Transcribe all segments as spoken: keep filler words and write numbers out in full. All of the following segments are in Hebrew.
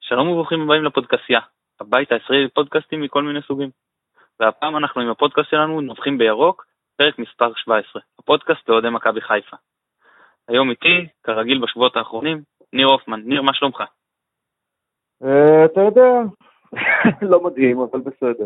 שלום וברוכים הבאים לפודקאסיה, הבית הישראלי לפודקאסטים מכל מיני סוגים. והפעם אנחנו עם הפודקאסט שלנו נובחים בירוק, פרק מספר שבע עשרה, הפודקאסט לאוהדי מכבי חיפה. היום איתי, כרגיל בשבועות האחרונים, ניר הופמן. ניר, מה שלומך? אתה יודע, לא מדהים, אבל בסדר.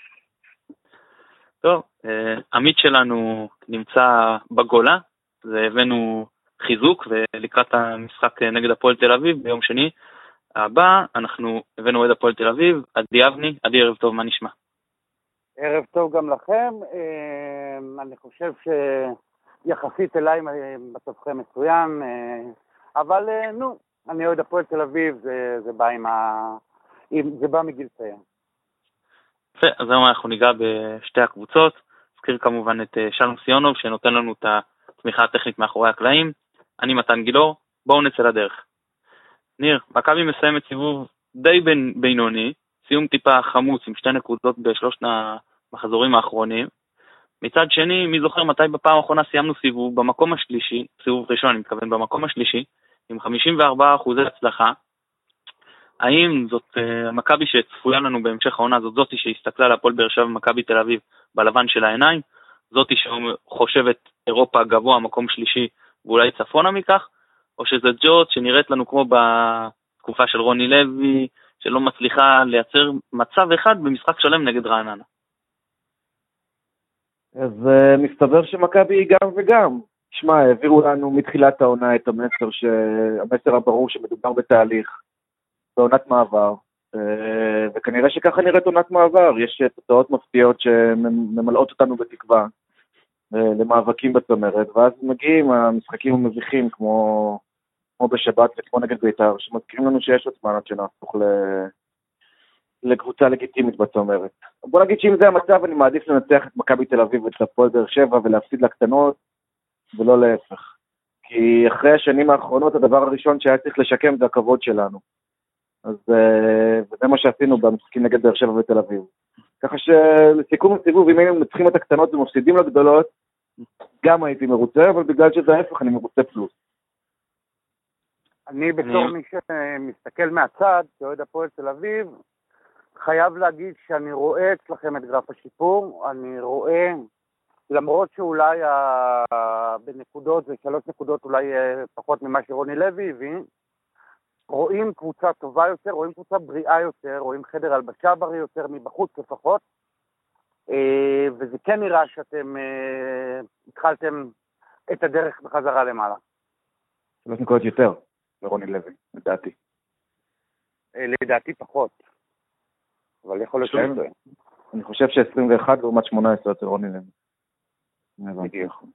טוב, עמית שלנו נמצא בגולה, והבאנו חיזוק, ולקראת המשחק נגד הפועל תל אביב ביום שני הבא, אנחנו הבאנו אוהד הפועל תל אביב, עדי אבני. עדי, ערב טוב, מה נשמע? ערב טוב גם לכם. אני חושב שיחסית אליי מצבכם מצוין, אבל נו, אני אוהד הפועל תל אביב, זה, זה בא עם ה... זה בא מגיל צעיר. יפה, אז היום אנחנו ניגע בשתי הקבוצות. נזכיר כמובן את שלום סיונוב שנותן לנו את התמיכה הטכנית מאחורי הקלעים. אני מתן גילור, בואו נצא לדרך. ניר, מכבי מסיימת סיבוב די בינוני, סיום טיפה חמוץ עם שתי נקודות בשלושת המחזורים האחרונים. מצד שני, מי זוכר מתי בפעם האחרונה סיימנו סיבוב במקום השלישי, סיבוב ראשון אני מתכוון במקום השלישי, עם חמישים וארבעה אחוזי הצלחה. האם זאת uh, מכבי שצפויה לנו בהמשך העונה, זאת זאתי שהסתכלה להפועל באר שבע ומכבי תל אביב בלבן של העיניים, זאתי שחושבת אירופה גבוה, מקום שלישי ואולי צפונה מכך, או שזה ג'וט שנראית לנו כמו בתקופה של רוני לוי, שלא מצליחה לייצר מצב אחד במשחק שלם נגד רעננה? אז uh, מסתבר שמכבי היא גם וגם. תשמע, העבירו לנו מתחילת העונה את המסר, ש... המסר הברור שמדובר בתהליך, בעונת מעבר, uh, וכנראה שככה נראית עונת מעבר. יש תוצאות מפתיעות שממלאות אותנו בתקווה, uh, למאבקים בצמרת, ואז מגיעים המשחקים המביכים כמו... כמו בשבת וכמו נגד בית"ר, שמזכירים לנו שיש עוד זמן עד שנהפוך ל... לקבוצה לגיטימית בצמרת. בוא נגיד שאם זה המצב, אני מעדיף לנצח את מכבי תל אביב ואת הפועל באר שבע ולהפסיד לקטנות, ולא להפך. כי אחרי השנים האחרונות, הדבר הראשון שהיה צריך לשקם זה הכבוד שלנו. אז וזה מה שעשינו במשחקים נגד באר שבע ותל אביב. ככה שלסיכום הסיבוב, אם היינו מנצחים את הקטנות ומפסידים לגדולות, גם הייתי מרוצה, אבל בגלל שזה ההפך, אני מרוצה פלוס. אני בתור מי שמסתכל מהצד, כאוהד הפועל תל אביב, חייב להגיד שאני רואה אצלכם את גרף השיפור. אני רואה, למרות שאולי בנקודות, זה שלוש נקודות אולי פחות ממה שרוני לוי הביא, רואים קבוצה טובה יותר, רואים קבוצה בריאה יותר, רואים חדר הלבשה בריא יותר מבחוץ לפחות, וזה כן נראה שאתם התחלתם את הדרך בחזרה למעלה. שלוש נקודות יותר. לרוני לוי, לדעתי. לדעתי פחות. אבל יכול להיות שזה. אני חושב ש-עשרים ואחת לעומת שמונה עשרה אצל רוני לוי.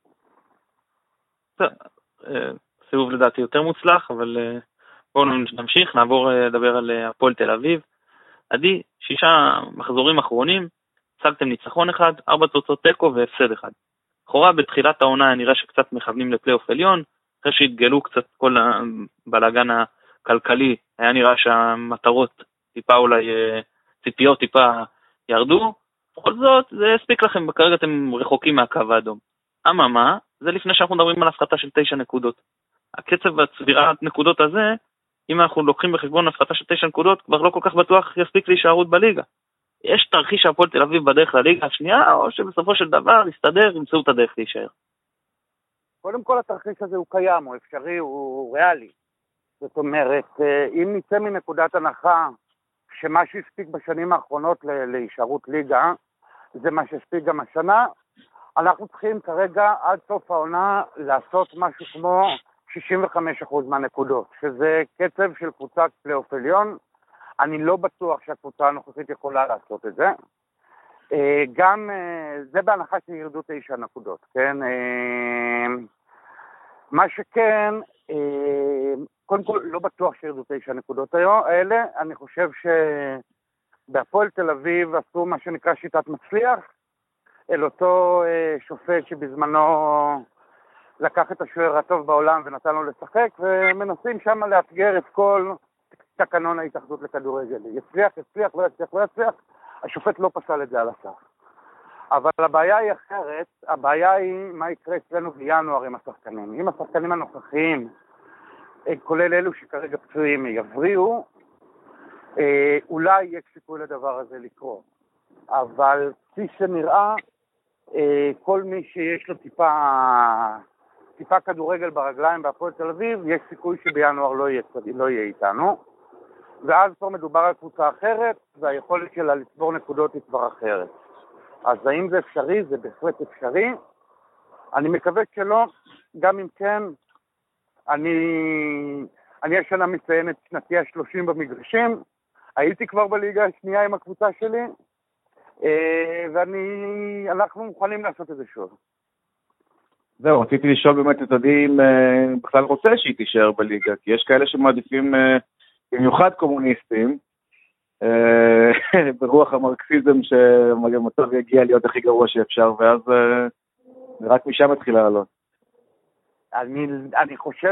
סיבוב לדעתי יותר מוצלח, אבל בואו נמשיך, נעבור לדבר על הפועל תל אביב. עדי, שישה מחזורים אחרונים, הצגתם ניצחון אחד, ארבע תוצאות תיקו והפסד אחד. אחורה בתחילת העונה נראה שקצת מכוונים לפלייאוף עליון, אחרי שהתגלו קצת כל הבלגן הכלכלי, היה נראה שהמטרות טיפה אולי, ציפיות טיפה ירדו, בכל זאת זה הספיק לכם, כרגע אתם רחוקים מהקו האדום. אממה, זה לפני שאנחנו מדברים על הפחתה של תשע נקודות. הקצב הצבירת נקודות הזה, אם אנחנו לוקחים בחשבון הפחתה של תשע נקודות, כבר לא כל כך בטוח יספיק להישארות בליגה. יש תרחיש הפועל תל אביב בדרך לליגה השנייה, או שבסופו של דבר יסתדר, ימצאו את הדרך להישאר? קודם כל התרחיש הזה הוא קיים, הוא אפשרי, הוא ריאלי. זאת אומרת, אם נצא מנקודת הנחה שמה שהספיק בשנים האחרונות להישארות ליגה, זה מה שהספיק גם השנה, אנחנו צריכים כרגע עד סוף העונה לעשות משהו כמו שישים וחמישה אחוז מהנקודות, שזה קצב של קבוצת פלייאוף עליון. אני לא בטוח שהקבוצה הנוכחית יכולה לעשות את זה. גם זה בהנחה שירדו תשע נקודות, כן? מה שכן, קודם כל לא בטוח שירדו תשע נקודות האלה. אני חושב שבהפועל תל אביב עשו מה שנקרא שיטת מצליח, אל אותו שופט שבזמנו לקח את השוער הטוב בעולם ונתן לו לשחק, ומנסים שם לאתגר את כל תקנון ההתאחדות לכדורגל. יצליח, יצליח, לא יצליח, לא יצליח. השופט לא פסל את זה על הסף. אבל הבעיה היא אחרת, הבעיה היא מה יקרה אצלנו בינואר עם השחקנים. אם השחקנים הנוכחיים, כולל אלו שכרגע פצועים, יבריאו, אה, אולי יש סיכוי לדבר הזה לקרות. אבל כפי שנראה, אה, כל מי שיש לו טיפה, טיפה כדורגל ברגליים בהפועל תל אביב, יש סיכוי שבינואר לא יהיה, לא יהיה איתנו. ואז פה מדובר על קבוצה אחרת, והיכולת שלה לצבור נקודות היא כבר אחרת. אז האם זה אפשרי? זה בהחלט אפשרי. אני מקווה שלא, גם אם כן, אני, אני השנה מציין את שנתי ה-שלושים במגרשים, הייתי כבר בליגה השנייה עם הקבוצה שלי, ואנחנו מוכנים לעשות את זה שוב. זהו, רציתי לשאול באמת את עדי אם בכלל רוצה שהיא תישאר בליגה, כי יש כאלה שמעדיפים, במיוחד קומוניסטים, ברוח המרקסיזם שהמצב יגיע להיות הכי גרוע שאפשר, ואז רק משם התחילה לעלות. אני, אני חושב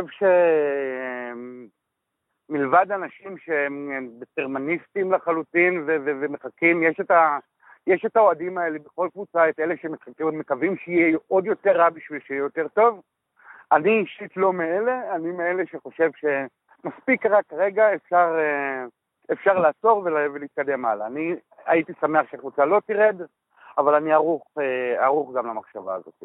שמלבד אנשים שהם דטרמיניסטים לחלוטין ו- ו- ומחכים, יש את, ה- יש את האוהדים האלה בכל קבוצה, את אלה שמקווים שיהיה עוד יותר רע בשביל שיהיה יותר טוב. אני אישית לא מאלה, אני מאלה שחושב שמספיק רק רגע אפשר, אפשר לעצור ולהתקדם הלאה. אני הייתי שמח שהקבוצה לא תרד, אבל אני ערוך, ערוך גם למחשבה הזאת.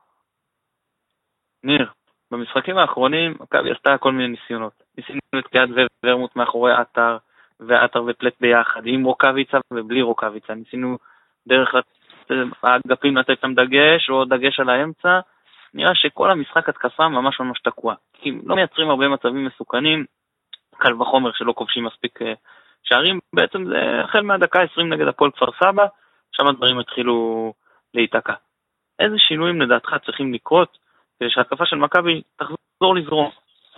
ניר, במשחקים האחרונים, מכבי עשתה כל מיני ניסיונות. ניסינו את קריית ורמוט מאחורי עטר, ועטר ופלט ביחד, עם רוקאביצה ובלי רוקאביצה. ניסינו דרך האגפים לתת להם דגש, או דגש על האמצע. נראה שכל המשחק התקפה ממש ממש תקוע. כי לא מייצרים הרבה מצבים מסוכנים, קל וחומר שלא כובשים מספיק שערים. בעצם זה החל מהדקה עשרים נגד הפועל כפר סבא, שם הדברים התחילו להיתקע. איזה שינויים לדעתך צריכים לקרות, כדי שההתקפה של מכבי תחזור לזרום?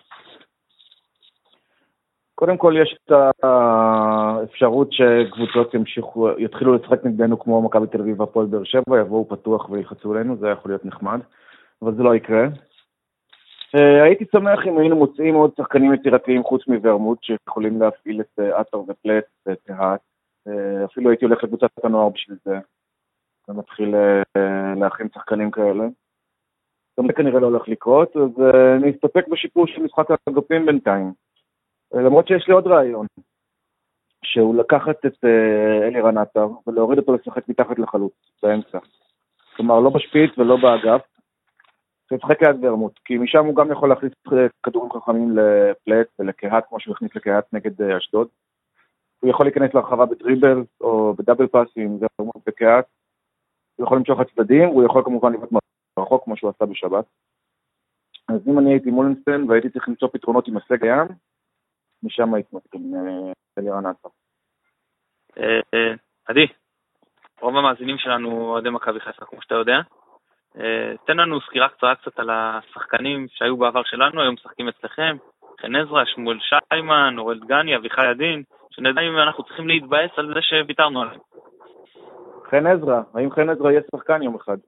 קודם כל יש את האפשרות שקבוצות ימשיכו, יתחילו לשחק נגדנו כמו מכבי תל אביב והפועל באר שבע, יבואו פתוח וילחצו אלינו, זה יכול להיות נחמד, אבל זה לא יקרה. הייתי שמח אם היינו מוצאים עוד שחקנים יצירתיים חוץ מוורמוט, שיכולים להפעיל את עטר ופלט ותהת. אפילו הייתי הולך לקבוצת הנוער בשביל זה, ומתחיל להכין שחקנים כאלה. גם זה כנראה לא הולך לקרות, אז אני אסתפק בשיפור של משחק האגפים בינתיים. למרות שיש לי עוד רעיון, שהוא לקחת את אלירן עטר ולהוריד אותו לשחק מתחת לחלוץ, באמצע. כלומר, לא בשפיץ ולא באגף, ששחק ליד ורמוט, כי משם הוא גם יכול להכניס כדורים חכמים לפלט ולקהת, כמו שהוא הכניס לקהת נגד אשדוד. הוא יכול להיכנס להרחבה בדריבל או בדאבל פאסים, ורמוט וקהת. הוא יכול למשוך הצדדים, הוא יכול כמובן לבנות מרחוק, כמו שהוא עשה בשבת. אז אם אני הייתי מולנסטיין והייתי צריך למצוא פתרונות עם הסגל הים, משם התמקד עם אלירן עטר. עדי, רוב המאזינים שלנו אוהדי מכבי חיפה, כמו שאתה יודע. תן לנו סקירה קצרה קצת על השחקנים שהיו בעבר שלנו, היום משחקים אצלכם, חן עזרא, שמואל שיימן, אורל דגני, אביחי עדין, שנדע אם אנחנו צריכים להתבאס על זה שוויתרנו עליהם. חן עזרא, האם חן עזרא יהיה שחקן יום אחד?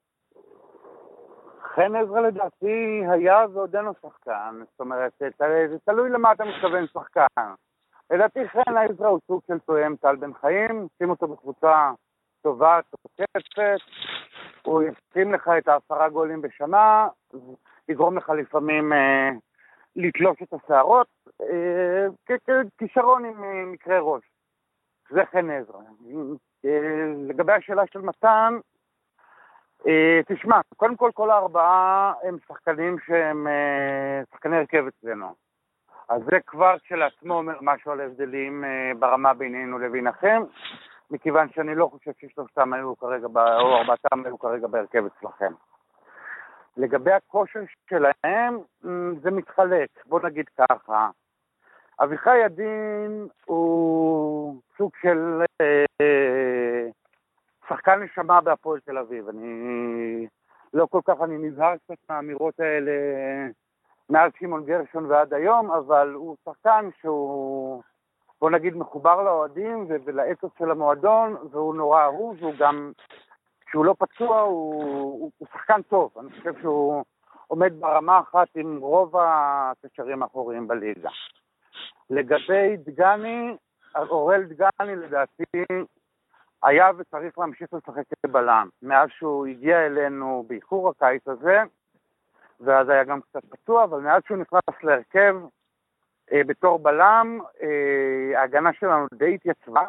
חן עזרא לדעתי היה ועודנו שחקן, זאת אומרת, זה תלוי למה אתה מתכוון שחקן. לדעתי חן עזרא הוא סוג של תואם טל בן חיים, שים אותו בקבוצה טובה, תוקפת, הוא ישים לך את העשרה גולים בשנה, יגרום לך לפעמים אה, לתלוש את השערות, אה, כישרון עם אה, מקרה ראש. זה חן עזרא. אה, לגבי השאלה של מתן, אה, תשמע, קודם כל כל הארבעה הם שחקנים שהם אה, שחקני הרכב אצלנו. אז זה כבר כשלעצמו אומר משהו על הבדלים אה, ברמה בינינו לבינכם, מכיוון שאני לא חושב ששלושתם היו כרגע, או ארבעתם היו כרגע בהרכב אצלכם. לגבי הכושר שלהם, זה מתחלק. בוא נגיד ככה. אביחי עדין הוא סוג של אה, שחקן נשמה בהפועל תל אביב. אני לא כל כך, אני נזהר קצת מהאמירות האלה מאז שמעון גרשון ועד היום, אבל הוא שחקן שהוא, בוא נגיד, מחובר לאוהדים ולאתוס של המועדון, והוא נורא אהוב, והוא גם, כשהוא לא פצוע, הוא, הוא, הוא שחקן טוב. אני חושב שהוא עומד ברמה אחת עם רוב הקשרים האחוריים בליגה. לגבי דגני, אורל דגני לדעתי היה וצריך להמשיך לשחק כבלם. מאז שהוא הגיע אלינו באיחור הקיץ הזה, ואז היה גם קצת פצוע, אבל מאז שהוא נכנס להרכב, בתור בלם, ההגנה שלנו די התייצבה.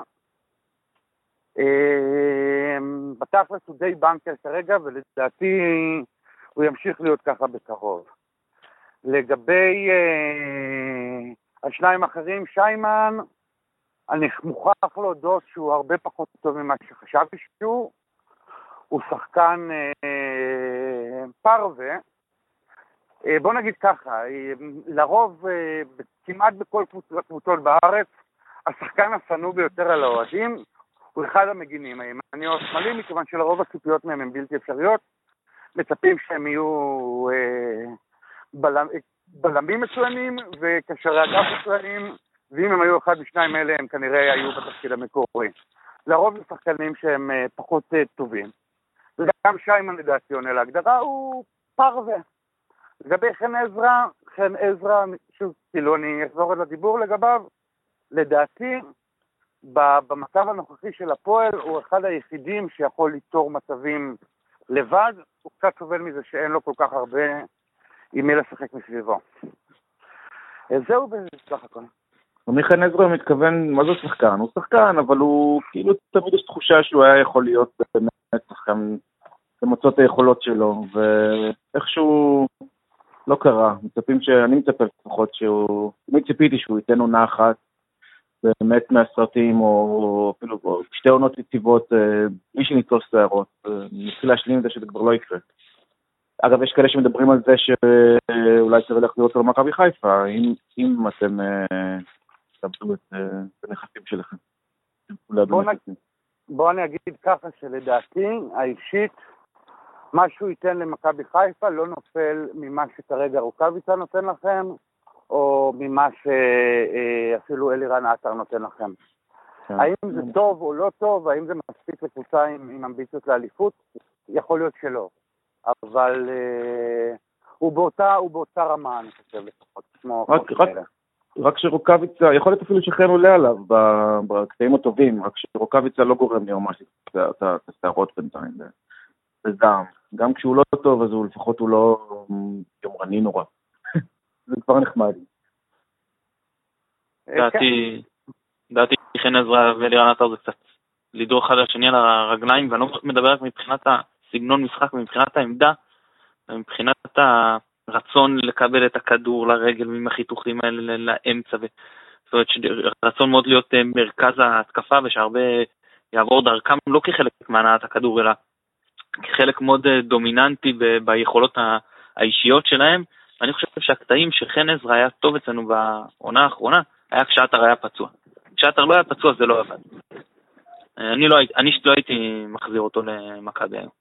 בתכלס הוא די בנקר כרגע, ולדעתי הוא ימשיך להיות ככה בקרוב. לגבי השניים אחרים, שיימן, אני מוכרח להודות שהוא הרבה פחות טוב ממה שחשבתי שהוא. הוא שחקן פרווה. בוא נגיד ככה, לרוב, כמעט בכל קבוצות בארץ, השחקן השנוא ביותר על האוהדים, הוא אחד המגינים הימני או השמאלי, מכיוון שלרוב הציפיות מהם הן בלתי אפשריות, מצפים שהם יהיו בלמ, בלמים מצוינים וקשרי אגף מצוינים, ואם הם היו אחד משניים אלה, הם כנראה היו בתפקיד המקורי. לרוב זה שחקנים שהם פחות טובים. וגם שיימן לדעתי עונה להגדרה, הוא פרווה. לגבי חן עזרא, חן עזרא, שוב, כאילו אני אחזור על הדיבור לגביו, לדעתי, במצב הנוכחי של הפועל, הוא אחד היחידים שיכול ליצור מצבים לבד, הוא קצת סובל מזה שאין לו כל כך הרבה עם מי לשחק מסביבו. זהו בסך הכל. חן עזרא מתכוון, מה זה שחקן? הוא שחקן, אבל הוא כאילו תמיד יש תחושה שהוא היה יכול להיות באמת שחקן למצות היכולות שלו, ואיכשהו לא קרה. מצפים שאני מצפה לפחות שהוא, תמיד ציפיתי שהוא ייתן עונה אחת, באמת מהסרטים, או אפילו שתי עונות יציבות, בלי שניצול שערות. נתחיל להשלים את זה שזה כבר לא יקרה. אגב, יש כאלה שמדברים על זה שאולי צריך להחזיר אותו למכבי חיפה, אם, אם אתם תאבדו את הנכסים שלכם. בוא, נ... בוא אני אגיד ככה שלדעתי, האישית, מה שהוא ייתן למכבי חיפה לא נופל ממה שכרגע רוקאביצה נותן לכם, או ממה שאפילו אלירן עטר נותן לכם. כן. האם זה טוב או לא טוב, האם זה מספיק לקבוצה עם, עם אמביציות לאליפות? יכול להיות שלא. אבל אה, הוא, באותה, הוא באותה רמה, אני חושב לפחות. כמו רק, רק, רק שרוקאביצה, יכול להיות אפילו שחן עולה עליו בקטעים הטובים, רק שרוקאביצה לא גורם לי ממש את הסערות בינתיים. בזעם. גם כשהוא לא טוב, אז הוא לפחות הוא לא יומרני נורא. זה כבר נחמד. דעתי, דעתי חן עזרא ואלירן עטר זה קצת לדרוך אחד השני על הרגליים, ואני לא מדבר רק מבחינת הסגנון משחק, מבחינת העמדה, מבחינת הרצון לקבל את הכדור לרגל עם החיתוכים האלה לאמצע, זאת אומרת רצון מאוד להיות מרכז ההתקפה, ושהרבה יעבור דרכם, לא כחלק מהנעת הכדור, אלא כחלק מאוד דומיננטי ביכולות האישיות שלהם. אני חושב שהקטעים שחן עזרא היה טוב אצלנו בעונה האחרונה, היה כשעטר היה פצוע. כשעטר לא היה פצוע זה לא עבד. אני לא, אני לא הייתי מחזיר אותו למכבי היום.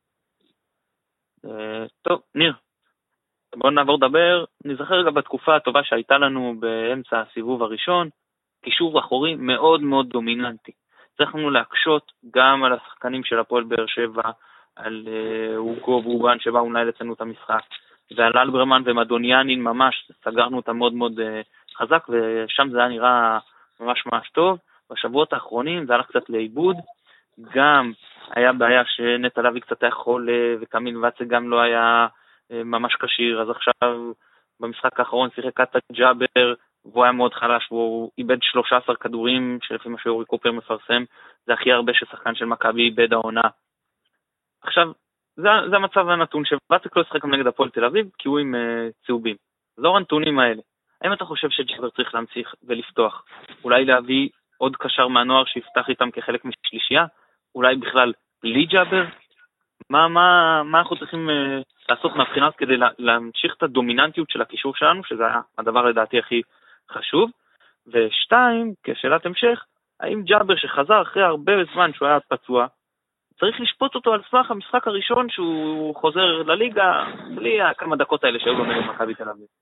טוב, ניר, בואו נעבור לדבר. נזכר רגע בתקופה הטובה שהייתה לנו באמצע הסיבוב הראשון, קישור אחורי מאוד מאוד דומיננטי. צריכנו להקשות גם על השחקנים של הפועל באר שבע, על אוגו ואובן שבאו לנהל אצלנו את המשחק, ועל אלברמן ומדוניאנין ממש סגרנו אותם מאוד מאוד חזק, ושם זה היה נראה ממש ממש טוב. בשבועות האחרונים זה הלך קצת לאיבוד, גם היה בעיה שנטע לביא קצת היה חולה, וקמיל וצה גם לא היה ממש קשיר, אז עכשיו במשחק האחרון שיחק קאטה ג'אבר, והוא היה מאוד חלש, והוא איבד שלושה עשר כדורים, שלפי מה שאורי קופר מפרסם, זה הכי הרבה ששחקן של מכבי איבד העונה. עכשיו, זה, זה המצב הנתון, שוואצק לא ישחק נגד הפועל תל אביב, כי הוא עם uh, צהובים. זו הנתונים האלה. האם אתה חושב שג'אבר צריך להמשיך ולפתוח? אולי להביא עוד קשר מהנוער שיפתח איתם כחלק משלישייה? אולי בכלל בלי ג'אבר? מה, מה, מה אנחנו צריכים uh, לעשות מהבחינה כדי לה, להמשיך את הדומיננטיות של הקישור שלנו, שזה הדבר לדעתי הכי חשוב? ושתיים, כשאלת המשך, האם ג'אבר שחזר אחרי הרבה זמן שהוא היה פצוע, צריך לשפוט אותו על סמך המשחק הראשון שהוא חוזר לליגה, בלי כמה דקות האלה שהיו לו נגד מכבי תל אביב?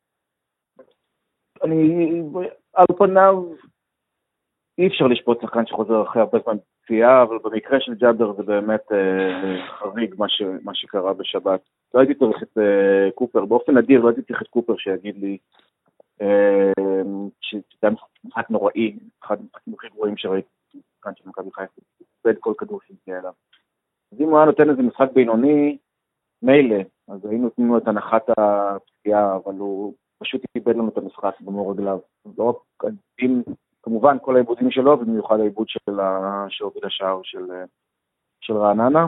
אני, על פניו, אי אפשר לשפוט שחקן שחוזר אחרי הרבה זמן פציעה, אבל במקרה של ג'אבר זה באמת אה, חריג מה, ש, מה שקרה בשבת. לא הייתי צריך את אה, קופר, באופן נדיר לא הייתי צריך את קופר שיגיד לי אה, שזה משחק נוראי, אחד המשחקים הכי גרועים שראיתי, שחקן של מכבי חיפה, בד כל כדור שהגיע אליו. אז אם הוא היה נותן איזה משחק בינוני, מילא, אז היינו נותנים לו את הנחת הפציעה, אבל הוא פשוט איבד לנו את המשחק במו רגליו. לא רק, כמובן כל העיבודים שלו, במיוחד העיבוד של שהוביל השער של, של רעננה.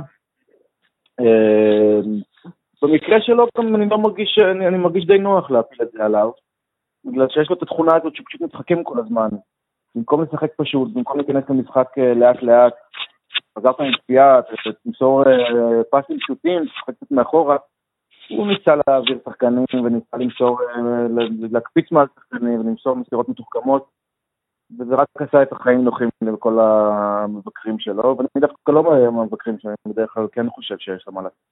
במקרה שלו גם אני לא מרגיש, אני, אני מרגיש די נוח להפיל את זה עליו, בגלל שיש לו את התכונה הזאת שפשוט מתחכם כל הזמן. במקום לשחק פשוט, במקום להיכנס למשחק לאט לאט, חזרת מצפייה, תמסור פסים פשוטים, תשחק קצת מאחורה, הוא ניסה להעביר שחקנים וניסה למסור, להקפיץ מעל שחקנים ולמסור מסירות מתוחכמות, וזה רק עשה את החיים נוחים לכל המבקרים שלו, ואני דווקא לא מהמבקרים שלו, אני בדרך כלל כן חושב שיש לו מה לתת.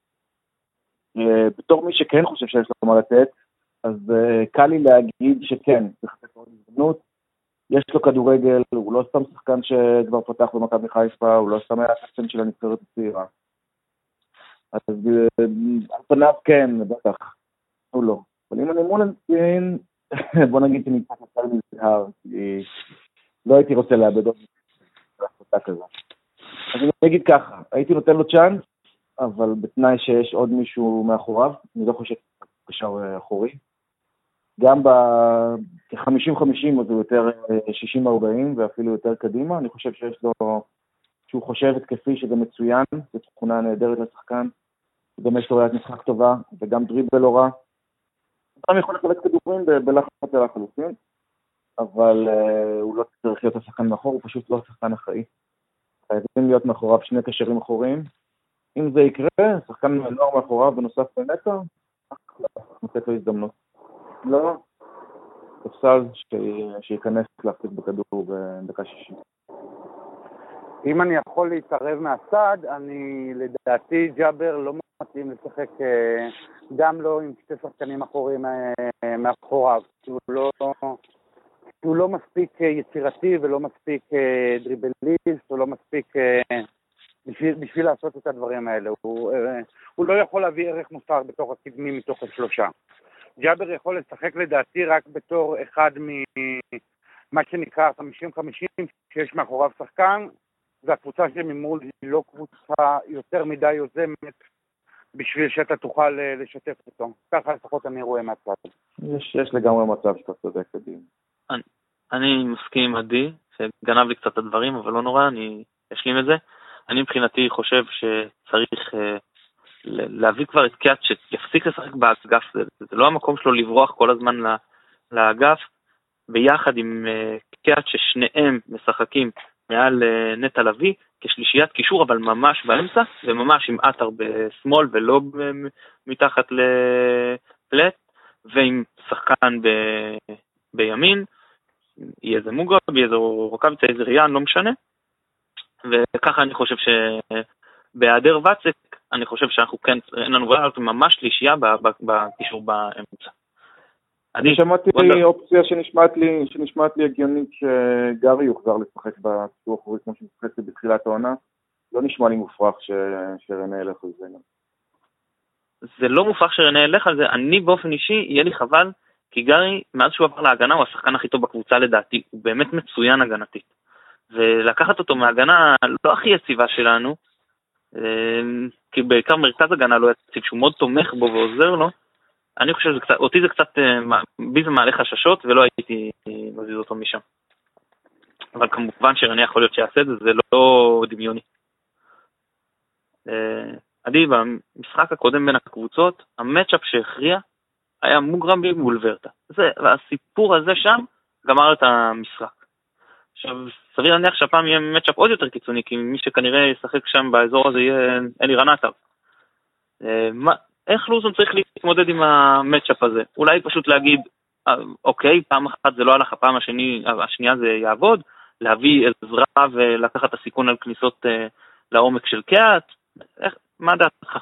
בתור מי שכן חושב שיש לו מה לתת, אז קל לי להגיד שכן, צריך לתת עוד הזדמנות, יש לו כדורגל, הוא לא סתם שחקן שכבר פתח במכבי חיפה, הוא לא סתם היה השחקן של הנבחרת הצעירה. אז על פניו כן, בטח, הוא לא. אבל אם אני מול הנצין, בוא נגיד שנמצא קצת מזהר, כי לא הייתי רוצה לאבד עוד החלטה כזו. אז אני אגיד ככה, הייתי נותן לו צ'אנס, אבל בתנאי שיש עוד מישהו מאחוריו, אני לא חושב קשר אחורי. גם ב-חמישים חמישים, אז הוא יותר שישים ארבעים, ואפילו יותר קדימה. אני חושב שיש לו, שהוא חושב התקפי שזה מצוין, זו תכונה נהדרת לשחקן, גם יש לו ראיית משחק טובה, וגם דריבל לא רע. גם יכול לחלק כדורים בלחץ על החלוצים, אבל הוא לא צריך להיות השחקן מאחור, הוא פשוט לא השחקן אחראי. חייבים להיות מאחוריו שני קשרים אחוריים. אם זה יקרה, שחקן נוער מאחוריו בנוסף לנטו, נותנת לו הזדמנות. לא, תפסל שייכנס להחזיק בכדור בדקה שישים. אם אני יכול להתערב מהצד, אני לדעתי ג'אבר לא מתאים לשחק גם לא עם שתי שחקנים אחורים מאחוריו, כי הוא לא, הוא לא מספיק יצירתי ולא מספיק דריבליסט, הוא לא מספיק בשביל, בשביל לעשות את הדברים האלה. הוא, הוא לא יכול להביא ערך מוסר בתוך הקדמי מתוך השלושה. ג'אבר יכול לשחק לדעתי רק בתור אחד ממה שנקרא חמישים חמישים, שיש מאחוריו שחקן, והקבוצה שממול היא לא קבוצה יותר מדי יוזמת בשביל שאתה תוכל לשתף אותו. ככה לפחות אני רואה מהצד. יש, יש לגמרי מצב שאתה צודק קדימה. אני, אני מסכים עם עדי, שגנב לי קצת את הדברים, אבל לא נורא, אני אשלים את זה. אני מבחינתי חושב שצריך אה, להביא כבר את קיאט שיפסיק לשחק באגף, זה, זה לא המקום שלו לברוח כל הזמן לה, לאגף, ביחד עם אה, קיאט ששניהם משחקים מעל אה, נטע לביא, כשלישיית קישור, אבל ממש באמצע, וממש עם אתר בשמאל ולא מתחת לפלט, ועם שחקן ב, בימין, יהיה איזה מוגרב, יהיה איזה רוקביצה, איזה ריאן, לא משנה. וככה אני חושב שבהיעדר וצק, אני חושב שאנחנו כן, אין לנו בעיה, ממש שלישייה בקישור באמצע. אני שמעתי אופציה שנשמעת לי, שנשמעת לי הגיונית שגרי יוחזר לשחק בקישור האחורי כמו שמשחק בתחילת העונה. לא נשמע לי מופרך שרנה ילך על זה. זה לא מופרך שרנה ילך על זה, אני באופן אישי, יהיה לי חבל, כי גרי, מאז שהוא עבר להגנה, הוא השחקן הכי טוב בקבוצה לדעתי, הוא באמת מצוין הגנתית. ולקחת אותו מהגנה לא הכי יציבה שלנו, כי בעיקר מרכז הגנה לא יציב, שהוא מאוד תומך בו ועוזר לו, אני חושב שאותי זה קצת, בי זה מעלה חששות, ולא הייתי מזיז אותו משם. אבל כמובן שרני יכול להיות שיעשה את זה, זה לא דמיוני. עדי, במשחק הקודם בין הקבוצות, המאצ'אפ שהכריע היה מוגרבי מול ורטה. והסיפור הזה שם גמר את המשחק. עכשיו, סביר להניח שהפעם יהיה מאצ'אפ עוד יותר קיצוני, כי מי שכנראה ישחק שם באזור הזה יהיה אלירן עטר. איך לוזון צריך להתמודד עם המאצ'אפ הזה? אולי פשוט להגיד, אוקיי, פעם אחת זה לא הלך, הפעם השני, השנייה זה יעבוד, להביא עזרה ולקחת את הסיכון על כניסות לעומק של קיאט. איך, מה דעתך?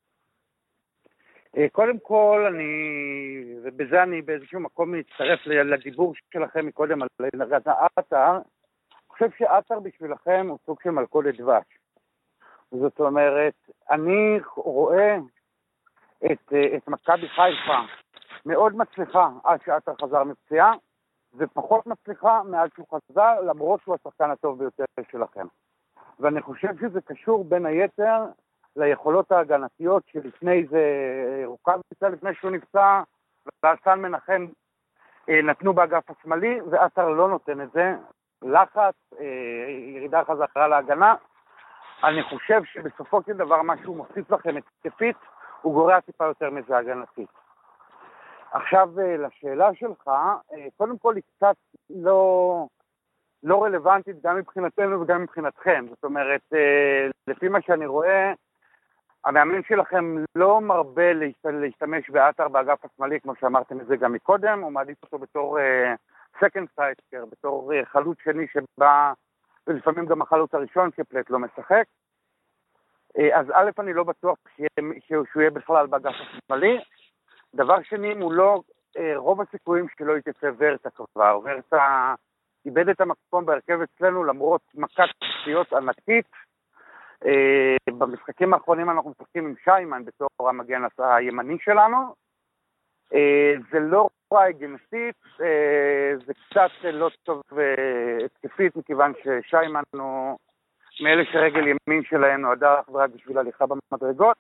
קודם כל, אני, ובזה אני באיזשהו מקום מצטרף לדיבור שלכם מקודם על אלירן עטר. אני חושב שעטר בשבילכם הוא סוג של מלכודת דבש. זאת אומרת, אני רואה את, את מכבי חיפה מאוד מצליחה עד שעטר חזר מפציעה, ופחות מצליחה מאז שהוא חזר, למרות שהוא השחקן הטוב ביותר שלכם. ואני חושב שזה קשור בין היתר ליכולות ההגנתיות שלפני זה רוקאביצה, לפני שהוא נפצע, ואז סן מנחם נתנו באגף השמאלי, ועטר לא נותן את זה. לחץ, ירידה חזרה להגנה. אני חושב שבסופו של דבר מה שהוא מוסיף לכם התקפית, הוא גורע טיפה יותר מזה הגנתית. עכשיו לשאלה שלך, קודם כל היא קצת לא, לא רלוונטית גם מבחינתנו וגם מבחינתכם. זאת אומרת, לפי מה שאני רואה, המאמן שלכם לא מרבה להשתמש בעטר באגף השמאלי, כמו שאמרתם את זה גם מקודם, הוא מעדיף אותו בתור סקנד סטרייקר, בתור חלוץ שני שבא, ולפעמים גם החלוץ הראשון שפלט לא משחק. אז א', אני לא בטוח שהוא יהיה בכלל באגף השמאלי. דבר שני, הוא לא, רוב הסיכויים שלא יתייצב ורטה כבר. ורטה איבד את המקום בהרכב אצלנו למרות מכת פציעות ענקית. במשחקים האחרונים אנחנו משחקים עם שיימן בתור המגן הימני שלנו. זה לא רע הגנתית, זה קצת לא טוב התקפית, מכיוון ששיימן הוא מאלה שרגל ימין שלהם נועדה רק בשביל הליכה במדרגות.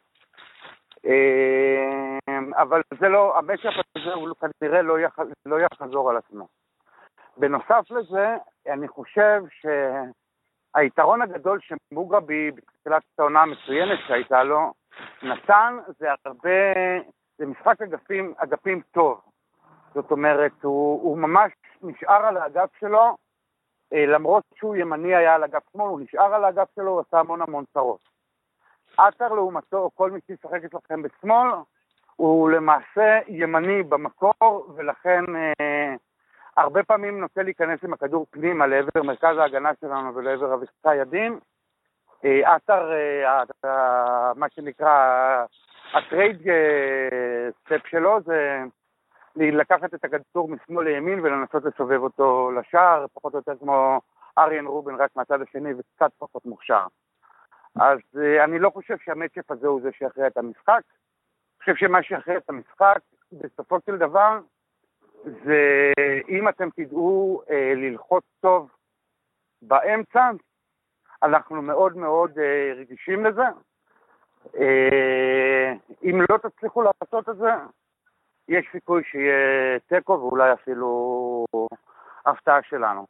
אבל זה לא, המשך הזה הוא כנראה לא, יח, לא יחזור על עצמו. בנוסף לזה, אני חושב שהיתרון הגדול שמוגרבי בתחילת העונה המצוינת שהייתה לו, נתן זה הרבה, זה משחק אגפים, אגפים טוב. זאת אומרת, הוא, הוא ממש נשאר על האגף שלו, למרות שהוא ימני היה על אגף שמאל, הוא נשאר על האגף שלו, הוא עשה המון המון צרות. עטר לעומתו, כל מי שישחק אצלכם בשמאל, הוא למעשה ימני במקור, ולכן אה, הרבה פעמים נוטה להיכנס עם הכדור פנימה לעבר מרכז ההגנה שלנו ולעבר אביחי ידין. עטר, אה, אה, מה שנקרא, הטרייד סטפ שלו זה לקחת את הכדור משמאל לימין ולנסות לסובב אותו לשער, פחות או יותר כמו אריאן רובן רק מהצד השני וקצת פחות מוכשר. אז uh, אני לא חושב שהמצ'אפ הזה הוא זה שיכריע את המשחק. אני חושב שמה שיכריע את המשחק, בסופו של דבר, זה אם אתם תדעו uh, ללחוץ טוב באמצע, אנחנו מאוד מאוד uh, רגישים לזה. Uh, אם לא תצליחו לעשות את זה, יש סיכוי שיהיה טקו ואולי אפילו הפתעה שלנו.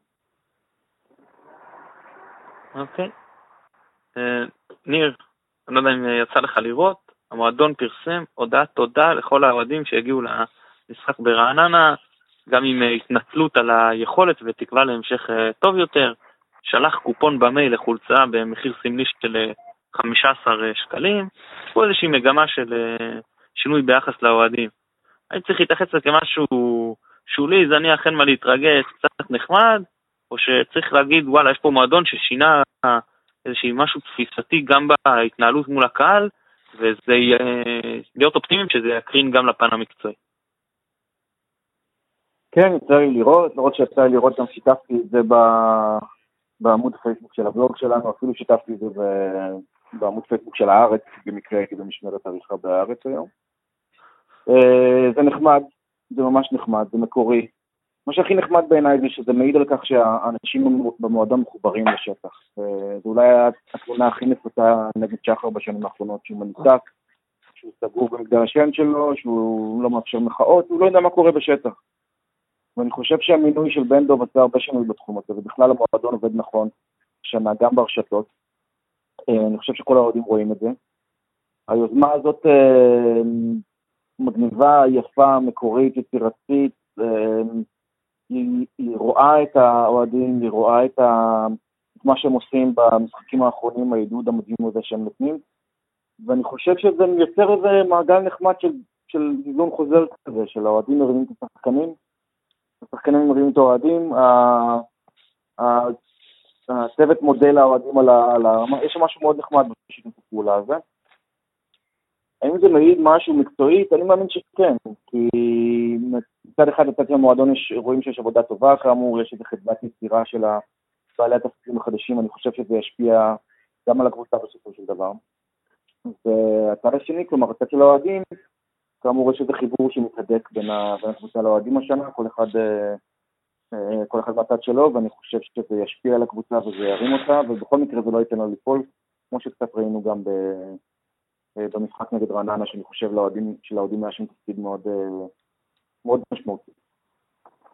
אוקיי. Uh, ניר, אני לא יודע אם יצא לך לראות, המועדון פרסם הודעת תודה לכל האוהדים שהגיעו למשחק ברעננה, גם עם התנצלות על היכולת ותקווה להמשך uh, טוב יותר, שלח קופון במייל לחולצה במחיר סמלי של חמישה עשר שקלים, פה איזושהי מגמה של uh, שינוי ביחס לאוהדים. אני צריך להתייחס לזה כמשהו שולי, זניח, אין מה להתרגש, קצת נחמד, או שצריך להגיד, וואלה, יש פה מועדון ששינה איזושהי משהו תפיסתי גם בהתנהלות מול הקהל, וזה להיות אופטימיים שזה יקרין גם לפן המקצועי. כן, יצא לי לראות, לראות שיצא לי לראות, גם שיתפתי את זה בעמוד פייסבוק של הבלוג שלנו, אפילו שיתפתי את זה בעמוד פייסבוק של הארץ, במקרה הייתי במשמרת עריכה בארץ היום. זה נחמד, זה ממש נחמד, זה מקורי. מה שהכי נחמד בעיניי זה שזה מעיד על כך שהאנשים במועדון מחוברים לשטח. זה אולי התלונה הכי נפוצה נגד שחר בשנים האחרונות, שהוא מנותק, שהוא סגור במגדל השן שלו, שהוא לא מאפשר מחאות, הוא לא יודע מה קורה בשטח. ואני חושב שהמינוי של בן דוב עשה הרבה שינוי בתחום הזה, ובכלל המועדון עובד נכון שנה גם ברשתות. אני חושב שכל האוהדים רואים את זה. היוזמה הזאת מגניבה, יפה, מקורית, יצירתית, היא, היא רואה את האוהדים, היא רואה את, ה, את מה שהם עושים במשחקים האחרונים, העידוד המדהים הזה שהם נותנים, ואני חושב שזה יוצר איזה מעגל נחמד של, של איזון חוזר כזה, של האוהדים מרימים את השחקנים, השחקנים מרימים את האוהדים, הצוות מודל האוהדים על ה... על ה יש משהו מאוד נחמד בשיתוף הפעולה הזה. האם זה מעיד משהו מקצועית? אני מאמין שכן, כי מצד אחד לצד המועדון רואים שיש עבודה טובה, כאמור יש איזו חדוות יצירה של בעלי התפקידים החדשים, אני חושב שזה ישפיע גם על הקבוצה בסופו של דבר. והצד השני, כלומר, הצד של האוהדים, כאמור יש איזה חיבור שמתהדק בין הקבוצה לאוהדים השנה, כל אחד, כל אחד מהצד שלו, ואני חושב שזה ישפיע על הקבוצה וזה ירים אותה, ובכל מקרה זה לא ייתן לו ליפול, כמו שקצת ראינו גם ב... במשחק נגד רעננה, שאני חושב לאוהדים, שלאוהדים היה שם תפקיד מאוד, מאוד משמעותי.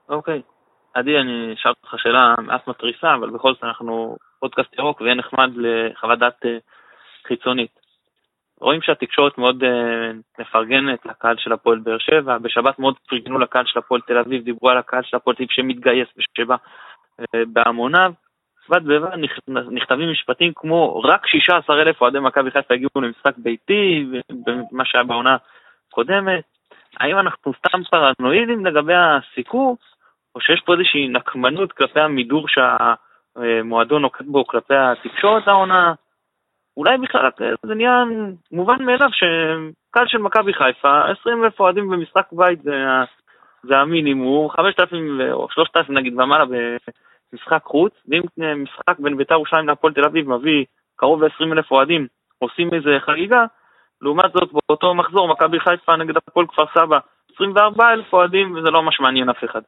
אוקיי. עדי, אני אשאל אותך שאלה מעט מטריסה, אבל בכל זאת אנחנו פודקאסט ירוק ויהיה נחמד לחוות דעת חיצונית. רואים שהתקשורת מאוד מפרגנת לקהל של הפועל באר שבע, בשבת מאוד פרגנו לקהל של הפועל תל אביב, דיברו על הקהל של הפועל תל אביב שמתגייס בשבע בהמוניו, בד בבד נכתבים משפטים כמו רק שישה עשר אלף אוהדי מכבי חיפה הגיעו למשחק ביתי, במה שהיה בעונה קודמת. האם אנחנו סתם פרנואידים לגבי הסיקור, או שיש פה איזושהי נקמנות כלפי המידור שהמועדון נוקט בו כלפי התקשורת העונה? אולי בכלל זה נהיה מובן מאליו שקהל של מכבי חיפה, עשרים אלף אוהדים במשחק בית זה, זה המינימום, חמשת אלפים או שלושת אלפים נגיד ומעלה במשחק חוץ, ואם משחק בין בית"ר ירושלים להפועל תל אביב מביא קרוב ל-עשרים אלף אוהדים, עושים איזה חגיגה, לעומת זאת באותו מחזור מכבי חיפה נגד הפועל כפר סבא, עשרים וארבעה אלף אוהדים, וזה לא ממש מעניין אף אחד.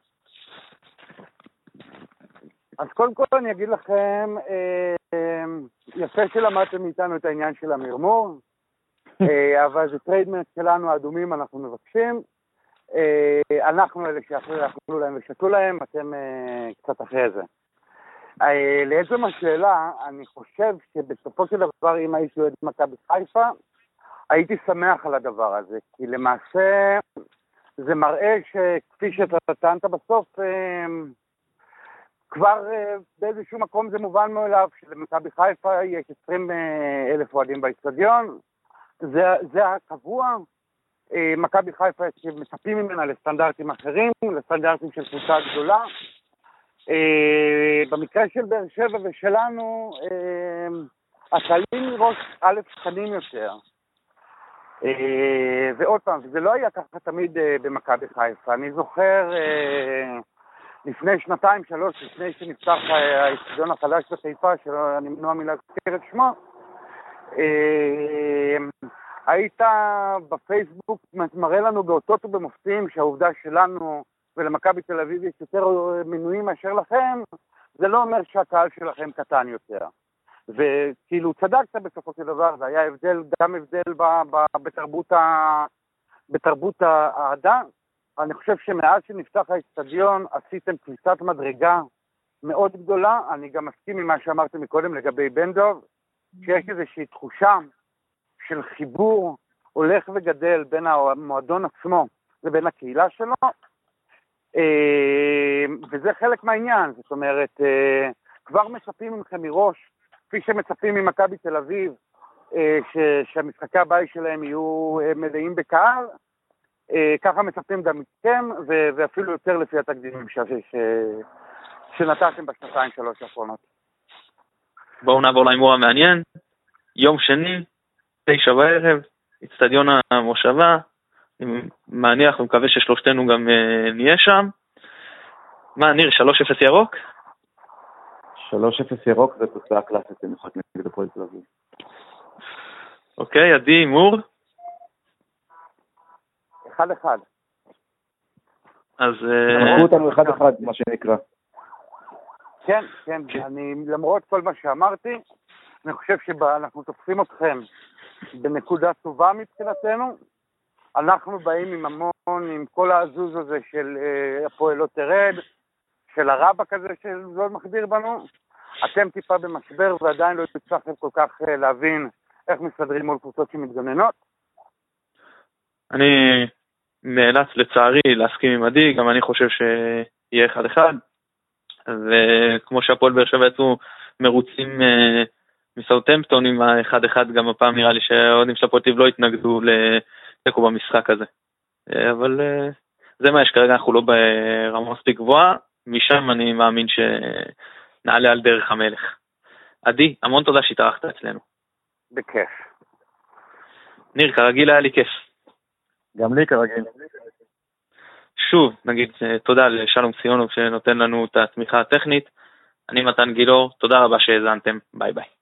אז קודם כל אני אגיד לכם, אה, יפה שלמדתם מאיתנו את העניין של המרמור, אה, אבל זה טריידמרק שלנו האדומים, אנחנו מבקשים. אה, אנחנו אלה שאחרי יאכלו להם ושתו להם, אתם אה, קצת אחרי זה. אה, לעצם השאלה, אני חושב שבסופו של דבר, אם הייתי אוהד מכבי חיפה, הייתי שמח על הדבר הזה, כי למעשה זה מראה שכפי שאתה טענת בסוף, אה, כבר באיזשהו מקום זה מובן מאליו שלמכבי חיפה יש עשרים אלף אוהדים באצטדיון, זה, זה הקבוע. מכבי חיפה מצפים ממנה לסטנדרטים אחרים, לסטנדרטים של קבוצה גדולה. במקרה של באר שבע ושלנו, הקהלים מראש א' קטנים יותר. ועוד פעם, זה לא היה ככה תמיד במכבי חיפה. אני זוכר לפני שנתיים, שלוש, לפני שנפתח האצטדיון החדש בחיפה, שאני מנוע מלהזכיר את שמו, היית בפייסבוק מראה לנו באותות ובמופתים שהעובדה שלנו ולמכבי תל אביב יש יותר מנויים מאשר לכם, זה לא אומר שהקהל שלכם קטן יותר. וכאילו צדקת בסופו של דבר, זה היה הבדל, גם הבדל ב, ב, בתרבות, ה, בתרבות האהדה. אני חושב שמאז שנפתח האצטדיון עשיתם קפיצת מדרגה מאוד גדולה. אני גם מסכים עם מה שאמרתם מקודם לגבי בן דב, שיש איזושהי תחושה של חיבור הולך וגדל בין המועדון עצמו לבין הקהילה שלו, וזה חלק מהעניין. זאת אומרת, כבר מצפים מכם מראש, כפי שמצפים ממכבי תל אביב, שהמשחקי הבית שלהם יהיו מלאים בקהל, ככה מצפים גם מכם, ואפילו יותר לפי התקדימים שנתתם בשנתיים שלוש האחרונות. בואו נעבור להימור המעניין. יום שני, תשע בערב, אצטדיון המושבה. אני מניח ומקווה ששלושתנו גם נהיה שם. מה, ניר, שלוש אפס ירוק? שלוש אפס ירוק זה תוצאה קלאסית במשחק נגד הפועל תל אביב. אוקיי, עדי, הימור? אחד אחד. אז... תמכו אותנו אחד אחד, מה שנקרא. כן, כן, אני, למרות כל מה שאמרתי, אני חושב שאנחנו תופסים אתכם בנקודה טובה מבחינתנו. אנחנו באים עם המון, עם כל העזוז הזה של הפועל לא תרד, של הרבק הזה שלא מחדיר בנו. אתם טיפה במשבר ועדיין לא הצלחתם כל כך להבין איך מסתדרים מול קבוצות שמתגוננות. אני נאלץ לצערי להסכים עם עדי, גם אני חושב שיהיה אחד אחד, וכמו שהפועל באר שבע יצאו מרוצים מסאות'המפטון עם האחד אחד, גם הפעם נראה לי שהאוהדים של הפועל תל אביב לא התנגדו לתיקו במשחק הזה. אבל זה מה יש כרגע, אנחנו לא ברמה מספיק גבוהה, משם אני מאמין שנעלה על דרך המלך. עדי, המון תודה שהתארחת אצלנו. בכיף. ניר, כרגיל היה לי כיף. גם לי כרגיל. שוב, נגיד תודה לשלום ציונוב שנותן לנו את התמיכה הטכנית. אני מתן גילאור, תודה רבה שהאזנתם, ביי ביי.